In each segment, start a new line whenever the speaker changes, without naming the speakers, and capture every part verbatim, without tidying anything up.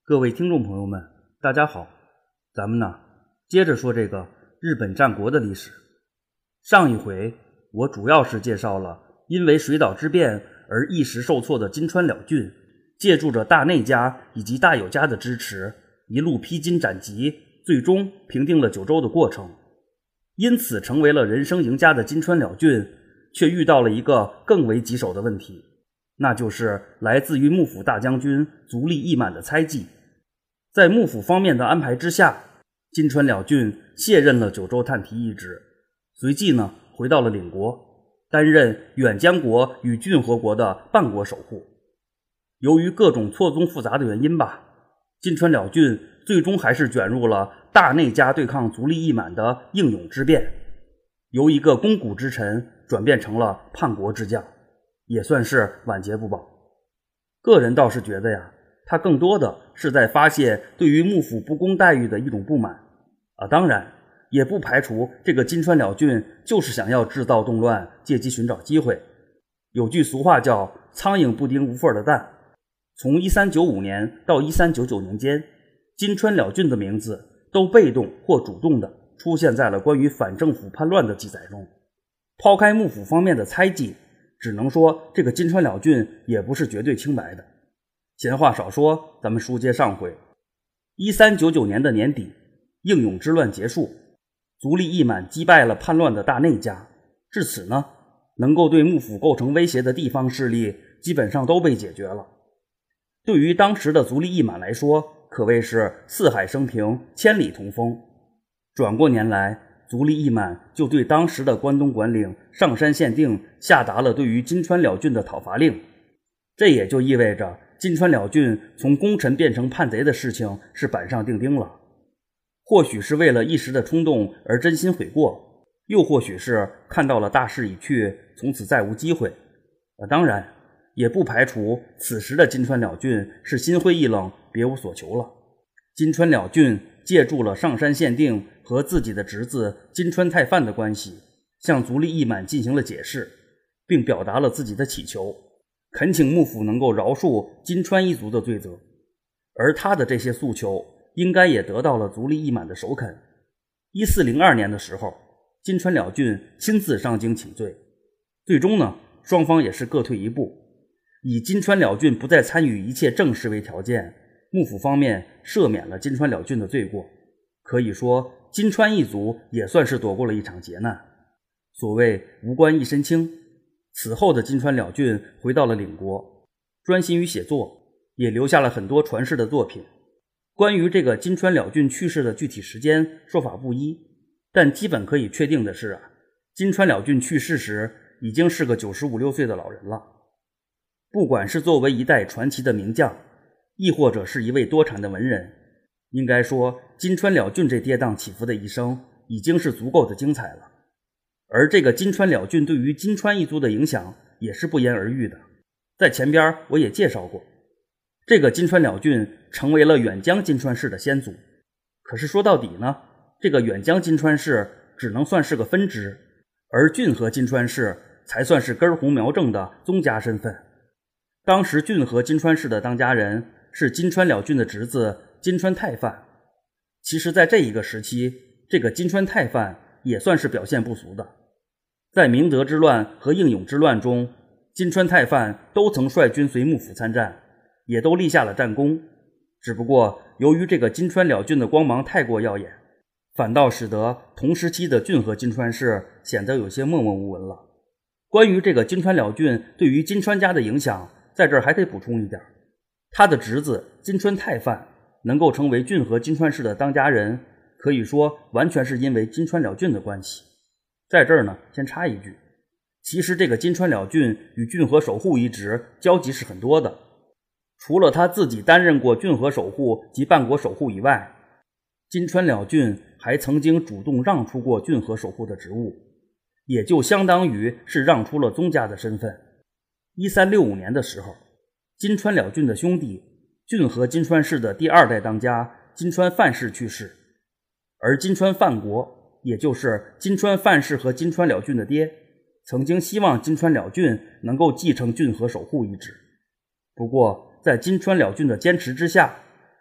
各位听众朋友们，大家好，咱们呢接着说这个日本战国的历史。上一回我主要是介绍了因为水岛之变而一时受挫的金川了郡，借助着大内家以及大友家的支持，一路披荆斩棘，最终平定了九州的过程。因此成为了人生赢家的金川了郡，却遇到了一个更为棘手的问题，那就是来自于幕府大将军足利义满的猜忌。在幕府方面的安排之下，金川了郡卸任了九州探题一职，随即呢回到了领国，担任远江国与骏河国的半国守护。由于各种错综复杂的原因吧，金川了郡最终还是卷入了大内家对抗足利义满的应勇之变，由一个肱骨之臣转变成了叛国之将，也算是晚节不保。个人倒是觉得呀，他更多的是在发泄对于幕府不公待遇的一种不满啊，当然也不排除这个金川了郡就是想要制造动乱，借机寻找机会。有句俗话叫苍蝇不叮无缝的蛋。从一三九五年到一三九九年间，金川了郡的名字都被动或主动的出现在了关于反政府叛乱的记载中。抛开幕府方面的猜忌，只能说这个金川了郡也不是绝对清白的。闲话少说，咱们书接上回。一三九九年的年底，应勇之乱结束，足利义满击败了叛乱的大内家，至此呢，能够对幕府构成威胁的地方势力基本上都被解决了。对于当时的足利义满来说，可谓是四海升平，千里同风。转过年来，足利义满就对当时的关东管领上杉宪定下达了对于金川了郡的讨伐令。这也就意味着金川了郡从功臣变成叛贼的事情是板上钉钉了。或许是为了一时的冲动而真心悔过，又或许是看到了大势已去，从此再无机会。呃，当然也不排除此时的金川了郡是心灰意冷，别无所求了。金川了郡借助了上杉宪定和自己的侄子金川太范的关系，向足利义满进行了解释，并表达了自己的祈求，恳请幕府能够饶恕金川一族的罪责。而他的这些诉求应该也得到了足利义满的首肯。一四零二年的时候，金川了郡亲自上京请罪，最终呢，双方也是各退一步，以金川了郡不再参与一切政事为条件，幕府方面赦免了金川了郡的罪过。可以说金川一族也算是躲过了一场劫难。所谓无官一身轻，此后的金川了郡回到了领国，专心于写作，也留下了很多传世的作品。关于这个金川了郡去世的具体时间说法不一，但基本可以确定的是啊，金川了郡去世时已经是个九十五六岁的老人了。不管是作为一代传奇的名将，亦或者是一位多产的文人，应该说金川了郡这跌宕起伏的一生已经是足够的精彩了。而这个金川了郡对于金川一族的影响也是不言而喻的。在前边我也介绍过，这个金川了郡成为了远江金川氏的先祖。可是说到底呢，这个远江金川氏只能算是个分支，而骏河金川氏才算是根红苗正的宗家身份。当时骏河金川氏的当家人是金川了郡的侄子金川太范。其实在这一个时期，这个金川太范也算是表现不俗的。在明德之乱和应勇之乱中，金川太范都曾率军随幕府参战，也都立下了战功。只不过由于这个金川了郡的光芒太过耀眼，反倒使得同时期的骏河金川氏显得有些默默无闻了。关于这个金川了郡对于金川家的影响，在这儿还得补充一点，他的侄子金川太范能够成为骏河金川氏的当家人，可以说完全是因为金川了郡的关系。在这儿呢，先插一句，其实这个金川了郡与骏河守护一职交集是很多的。除了他自己担任过骏河守护及半国守护以外，金川了郡还曾经主动让出过骏河守护的职务，也就相当于是让出了宗家的身份。一三六五年的时候，金川了郡的兄弟骏河金川氏的第二代当家金川范氏去世，而金川范国，也就是金川范氏和金川了郡的爹，曾经希望金川了郡能够继承骏河守护一职。不过在金川了郡的坚持之下，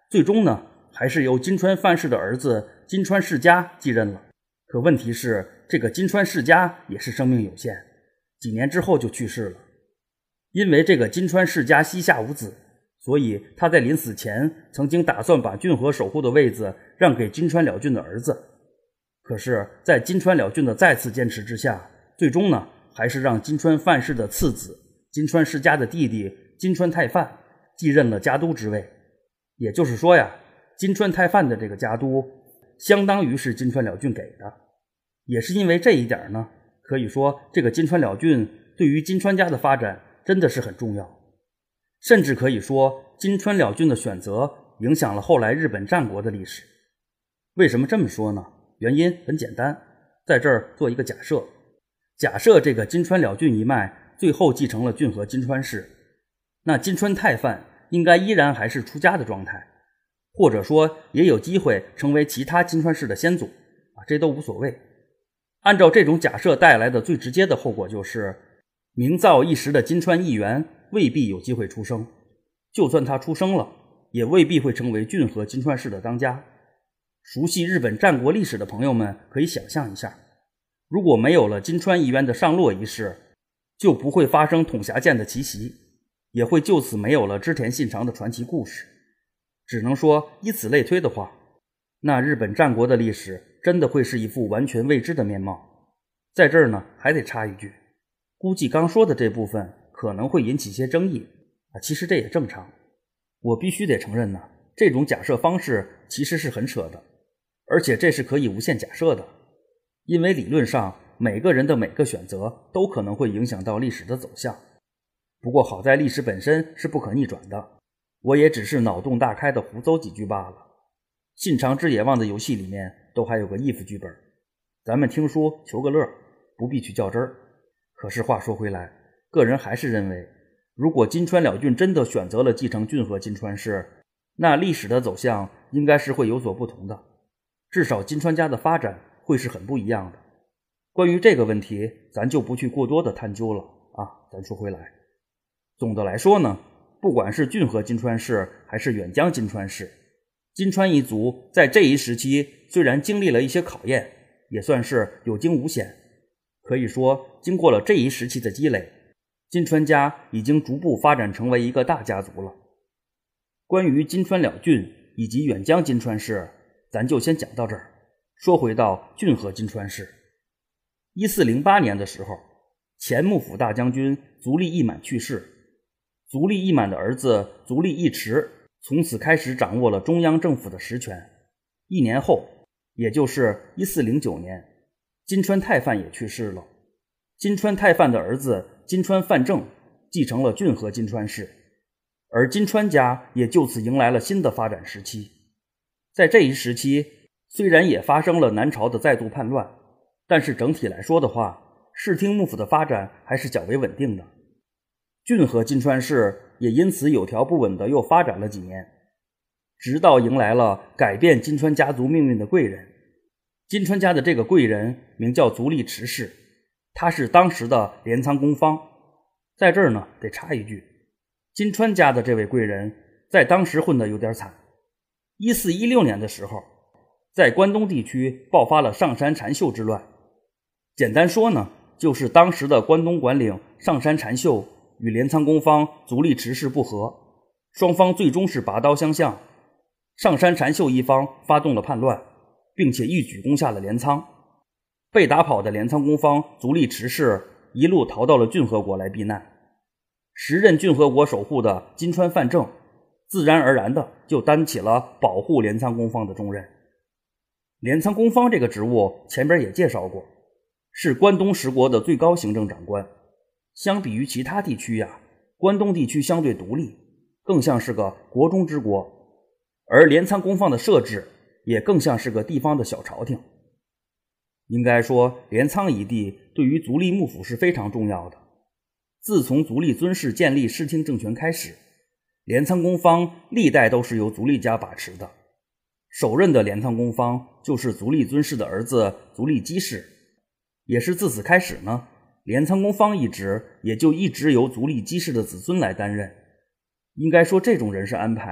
最终呢还是由金川范氏的儿子金川世家继任了。可问题是，这个金川世家也是生命有限，几年之后就去世了。因为这个金川世家膝下无子，所以他在临死前曾经打算把骏河守护的位子让给金川了俊的儿子。可是在金川了俊的再次坚持之下，最终呢还是让金川范氏的次子金川世家的弟弟金川太范继任了家督之位。也就是说呀，金川太范的这个家督相当于是金川了俊给的。也是因为这一点呢，可以说这个金川了俊对于金川家的发展真的是很重要，甚至可以说金川了俊的选择影响了后来日本战国的历史。为什么这么说呢？原因很简单，在这儿做一个假设，假设这个金川了俊一脉最后继承了骏河金川氏，那金川太范应该依然还是出家的状态，或者说也有机会成为其他金川氏的先祖啊，这都无所谓。按照这种假设带来的最直接的后果就是，名噪一时的金川义元未必有机会出生，就算他出生了，也未必会成为骏河金川氏的当家。熟悉日本战国历史的朋友们可以想象一下，如果没有了金川义元的上洛仪式，就不会发生统辖剑的奇袭，也会就此没有了织田信长的传奇故事。只能说以此类推的话，那日本战国的历史真的会是一副完全未知的面貌。在这儿呢还得插一句，估计刚说的这部分可能会引起些争议啊，其实这也正常。我必须得承认呢，这种假设方式其实是很扯的，而且这是可以无限假设的，因为理论上每个人的每个选择都可能会影响到历史的走向。不过好在历史本身是不可逆转的，我也只是脑洞大开的胡诌几句罢了。信长之野望的游戏里面都还有个 if 剧本，咱们听书求个乐，不必去较真儿。可是话说回来，个人还是认为，如果金川了俊真的选择了继承骏河金川氏，那历史的走向应该是会有所不同的，至少金川家的发展会是很不一样的。关于这个问题咱就不去过多的探究了啊。咱说回来，总的来说呢，不管是骏河金川氏还是远江金川氏，金川一族在这一时期虽然经历了一些考验，也算是有惊无险。可以说经过了这一时期的积累，金川家已经逐步发展成为一个大家族了。关于金川了俊以及远江金川氏，咱就先讲到这儿。说回到骏河金川氏，一四零八年的时候，前幕府大将军足利义满去世，足利义满的儿子足利义持从此开始掌握了中央政府的实权。一年后，也就是一四零九年，金川太范也去世了。金川太范的儿子金川范正继承了骏河金川氏，而金川家也就此迎来了新的发展时期。在这一时期，虽然也发生了南朝的再度叛乱，但是整体来说的话，室町幕府的发展还是较为稳定的。骏河金川氏也因此有条不紊地又发展了几年，直到迎来了改变金川家族命运的贵人。金川家的这个贵人名叫足利持氏，他是当时的镰仓公方。在这儿呢得插一句，金川家的这位贵人在当时混得有点惨。一四一六年的时候，在关东地区爆发了上杉禅秀之乱。简单说呢，就是当时的关东管领上杉禅秀与镰仓公方足利持氏不和，双方最终是拔刀相向。上杉禅秀一方发动了叛乱，并且一举攻下了镰仓。被打跑的镰仓公方足利持氏一路逃到了骏河国来避难。时任骏河国守护的金川范正自然而然的就担起了保护镰仓公方的重任。镰仓公方这个职务前边也介绍过，是关东十国的最高行政长官。相比于其他地区呀、啊，关东地区相对独立，更像是个国中之国，而镰仓公方的设置也更像是个地方的小朝廷。应该说镰仓一地对于足利幕府是非常重要的。自从足利尊氏建立室町政权开始，镰仓公方历代都是由足利家把持的。首任的镰仓公方就是足利尊氏的儿子足利基氏，也是自此开始呢，镰仓公方一职也就一直由足利基氏的子孙来担任。应该说这种人事安排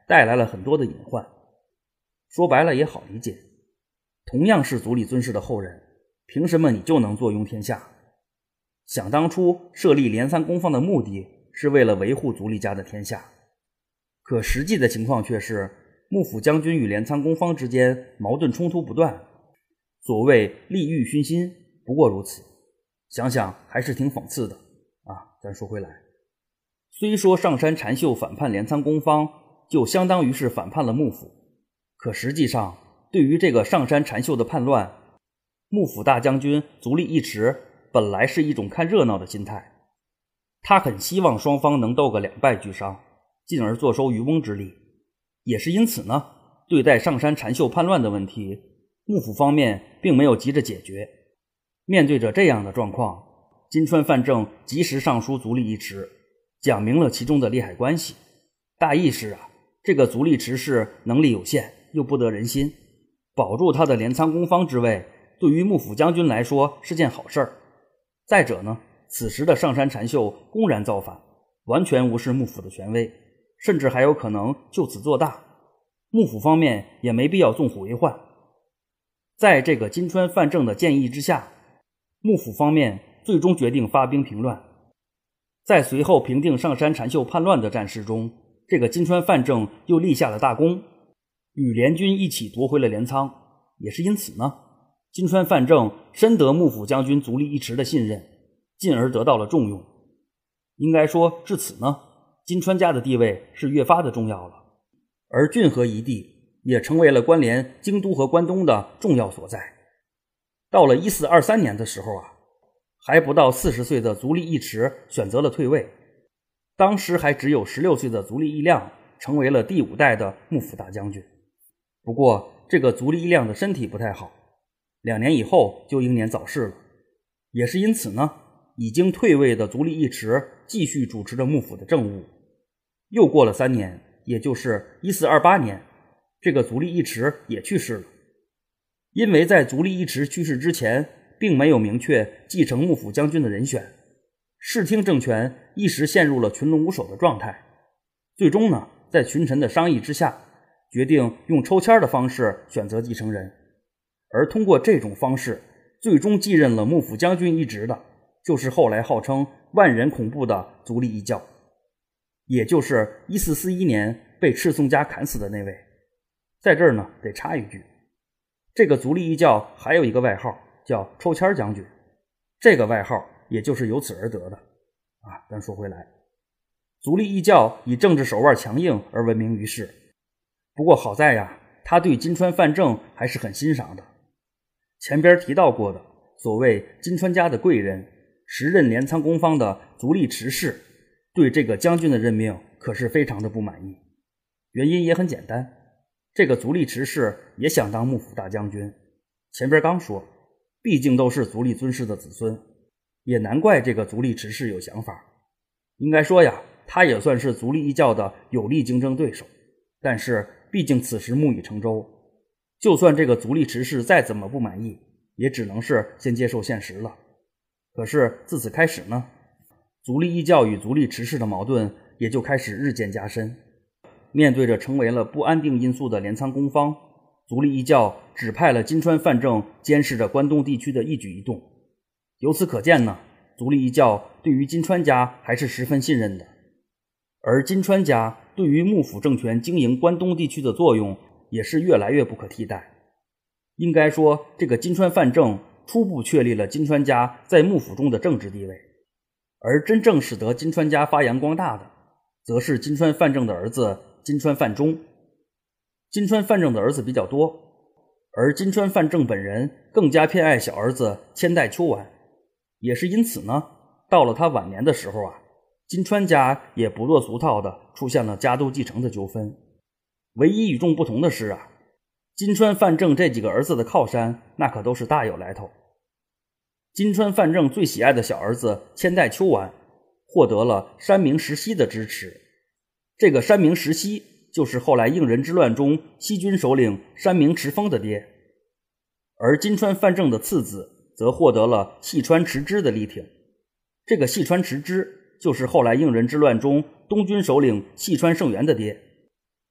带来了很多的隐患。说白了也好理解，同样是足利尊氏的后人，凭什么你就能坐拥天下？想当初设立镰仓公方的目的是为了维护足利家的天下，可实际的情况却是幕府将军与镰仓公方之间矛盾冲突不断，所谓利欲熏心，不过如此。想想还是挺讽刺的啊。咱说回来，虽说上杉禅秀反叛镰仓公方，就相当于是反叛了幕府，可实际上对于这个上杉禅秀的叛乱，幕府大将军足利义持本来是一种看热闹的心态，他很希望双方能斗个两败俱伤，进而坐收渔翁之利。也是因此呢，对待上杉禅秀叛乱的问题，幕府方面并没有急着解决。面对着这样的状况，金川范正及时上书足利义持，讲明了其中的利害关系。大意是啊，这个足利持氏能力有限，又不得人心，保住他的镰仓公方之位，对于幕府将军来说是件好事儿。再者呢，此时的上杉禅秀公然造反，完全无视幕府的权威，甚至还有可能就此做大，幕府方面也没必要纵虎为患。在这个金川范正的建议之下，幕府方面最终决定发兵平乱。在随后平定上杉禅秀叛乱的战事中，这个金川范正又立下了大功，与联军一起夺回了镰仓。也是因此呢，金川范正深得幕府将军足利义持的信任，进而得到了重用。应该说至此呢，金川家的地位是越发的重要了，而骏河一地也成为了关联京都和关东的重要所在。到了一四二三年的时候啊，还不到四十岁的足利义持选择了退位，当时还只有十六岁的足利义亮成为了第五代的幕府大将军。不过这个足利义亮的身体不太好，两年以后就英年早逝了。也是因此呢，已经退位的足利义持继续主持着幕府的政务。又过了三年，也就是一四二八年，这个足利义持也去世了。因为在足利义持去世之前，并没有明确继承幕府将军的人选，室町政权一时陷入了群龙无首的状态。最终呢，在群臣的商议之下，决定用抽签的方式选择继承人。而通过这种方式，最终继任了幕府将军一职的，就是后来号称万人恐怖的足利义教，也就是一四四一年被赤松家砍死的那位。在这儿呢，得插一句，这个足利义教还有一个外号叫抽签将军，这个外号也就是由此而得的啊。咱说回来，足利义教以政治手腕强硬而闻名于世，不过好在呀，他对金川范正还是很欣赏的。前边提到过的所谓金川家的贵人，时任镰仓公方的足利持氏，对这个将军的任命可是非常的不满意。原因也很简单，这个足利持氏也想当幕府大将军。前边刚说，毕竟都是足利尊氏的子孙，也难怪这个足利持氏有想法。应该说呀，他也算是足利义教的有力竞争对手，但是毕竟此时木已成舟，就算这个足利持氏再怎么不满意，也只能是先接受现实了。可是自此开始呢，足利义教与足利持氏的矛盾也就开始日渐加深。面对着成为了不安定因素的镰仓公方，足利义教指派了金川范正监视着关东地区的一举一动。由此可见呢，足利义教对于金川家还是十分信任的，而金川家对于幕府政权经营关东地区的作用也是越来越不可替代。应该说，这个金川范正初步确立了金川家在幕府中的政治地位，而真正使得金川家发扬光大的，则是金川范正的儿子金川范忠。金川范正的儿子比较多，而金川范正本人更加偏爱小儿子千代秋丸。也是因此呢，到了他晚年的时候啊，金川家也不落俗套的出现了家督继承的纠纷。唯一与众不同的是啊，金川范正这几个儿子的靠山那可都是大有来头。金川范正最喜爱的小儿子千代秋丸获得了山明石溪的支持，这个山明石溪就是后来应仁之乱中西军首领山明持丰的爹。而金川范正的次子则获得了细川持之的力挺，这个细川持之就是后来应仁之乱中东军首领细川胜元的爹。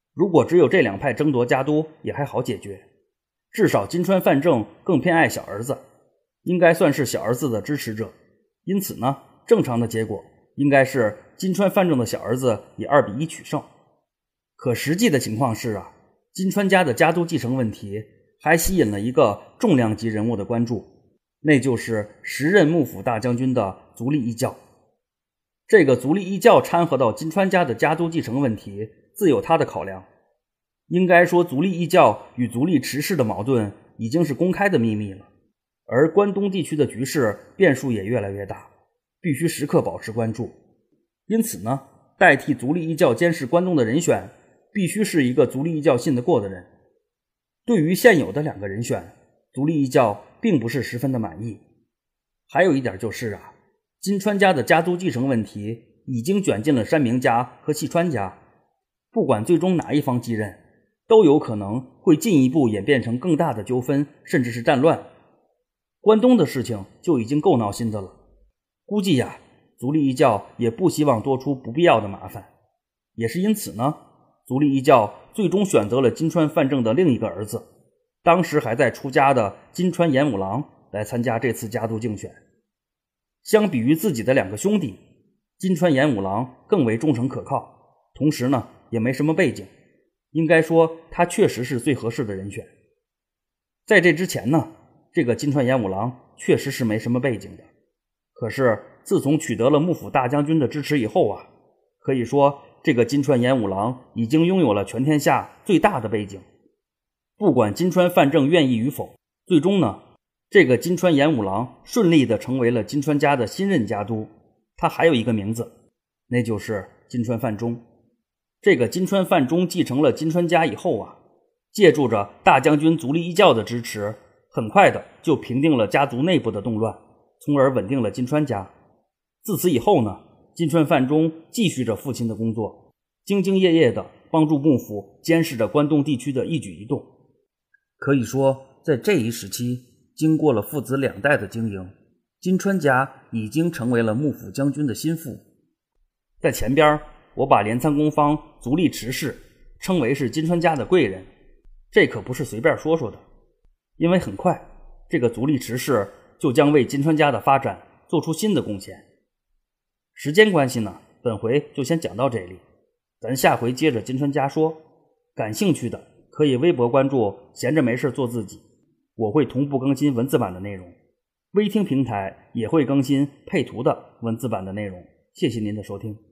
如果只有这两派争夺家督也还好解决，至少金川范正更偏爱小儿子，应该算是小儿子的支持者，因此呢，正常的结果应该是金川范正的小儿子以二比一取胜。可实际的情况是啊，金川家的家督继承问题还吸引了一个重量级人物的关注，那就是时任幕府大将军的足利义教。这个足利义教掺和到金川家的家督继承问题，自有他的考量。应该说足利义教与足利持氏的矛盾已经是公开的秘密了，而关东地区的局势变数也越来越大，必须时刻保持关注。因此呢，代替足利义教监视关东的人选必须是一个足利义教信得过的人。对于现有的两个人选，足利义教并不是十分的满意。还有一点就是啊，金川家的家督继承问题已经卷进了山明家和细川家，不管最终哪一方继任，都有可能会进一步演变成更大的纠纷，甚至是战乱。关东的事情就已经够闹心的了，估计呀，足利义教也不希望多出不必要的麻烦。也是因此呢，足利义教最终选择了金川范正的另一个儿子，当时还在出家的金川岩五郎来参加这次家督竞选。相比于自己的两个兄弟，金川岩五郎更为忠诚可靠，同时呢也没什么背景，应该说他确实是最合适的人选。在这之前呢，这个金川岩五郎确实是没什么背景的，可是自从取得了幕府大将军的支持以后啊，可以说这个金川岩五郎已经拥有了全天下最大的背景。不管金川范正愿意与否，最终呢，这个金川岩五郎顺利地成为了金川家的新任家督。他还有一个名字，那就是金川范忠。这个金川范忠继承了金川家以后啊，借助着大将军足利义教的支持，很快的就平定了家族内部的动乱，从而稳定了金川家。自此以后呢，金川范忠继续着父亲的工作，兢兢业业地帮助幕府监视着关东地区的一举一动。可以说，在这一时期，经过了父子两代的经营，金川家已经成为了幕府将军的心腹。在前边，我把镰仓公方足利持氏称为是金川家的贵人，这可不是随便说说的，因为很快，这个足利持氏就将为金川家的发展做出新的贡献。时间关系呢，本回就先讲到这里，咱下回接着金川家说。感兴趣的可以微博关注闲着没事做自己，我会同步更新文字版的内容，微听平台也会更新配图的文字版的内容。谢谢您的收听。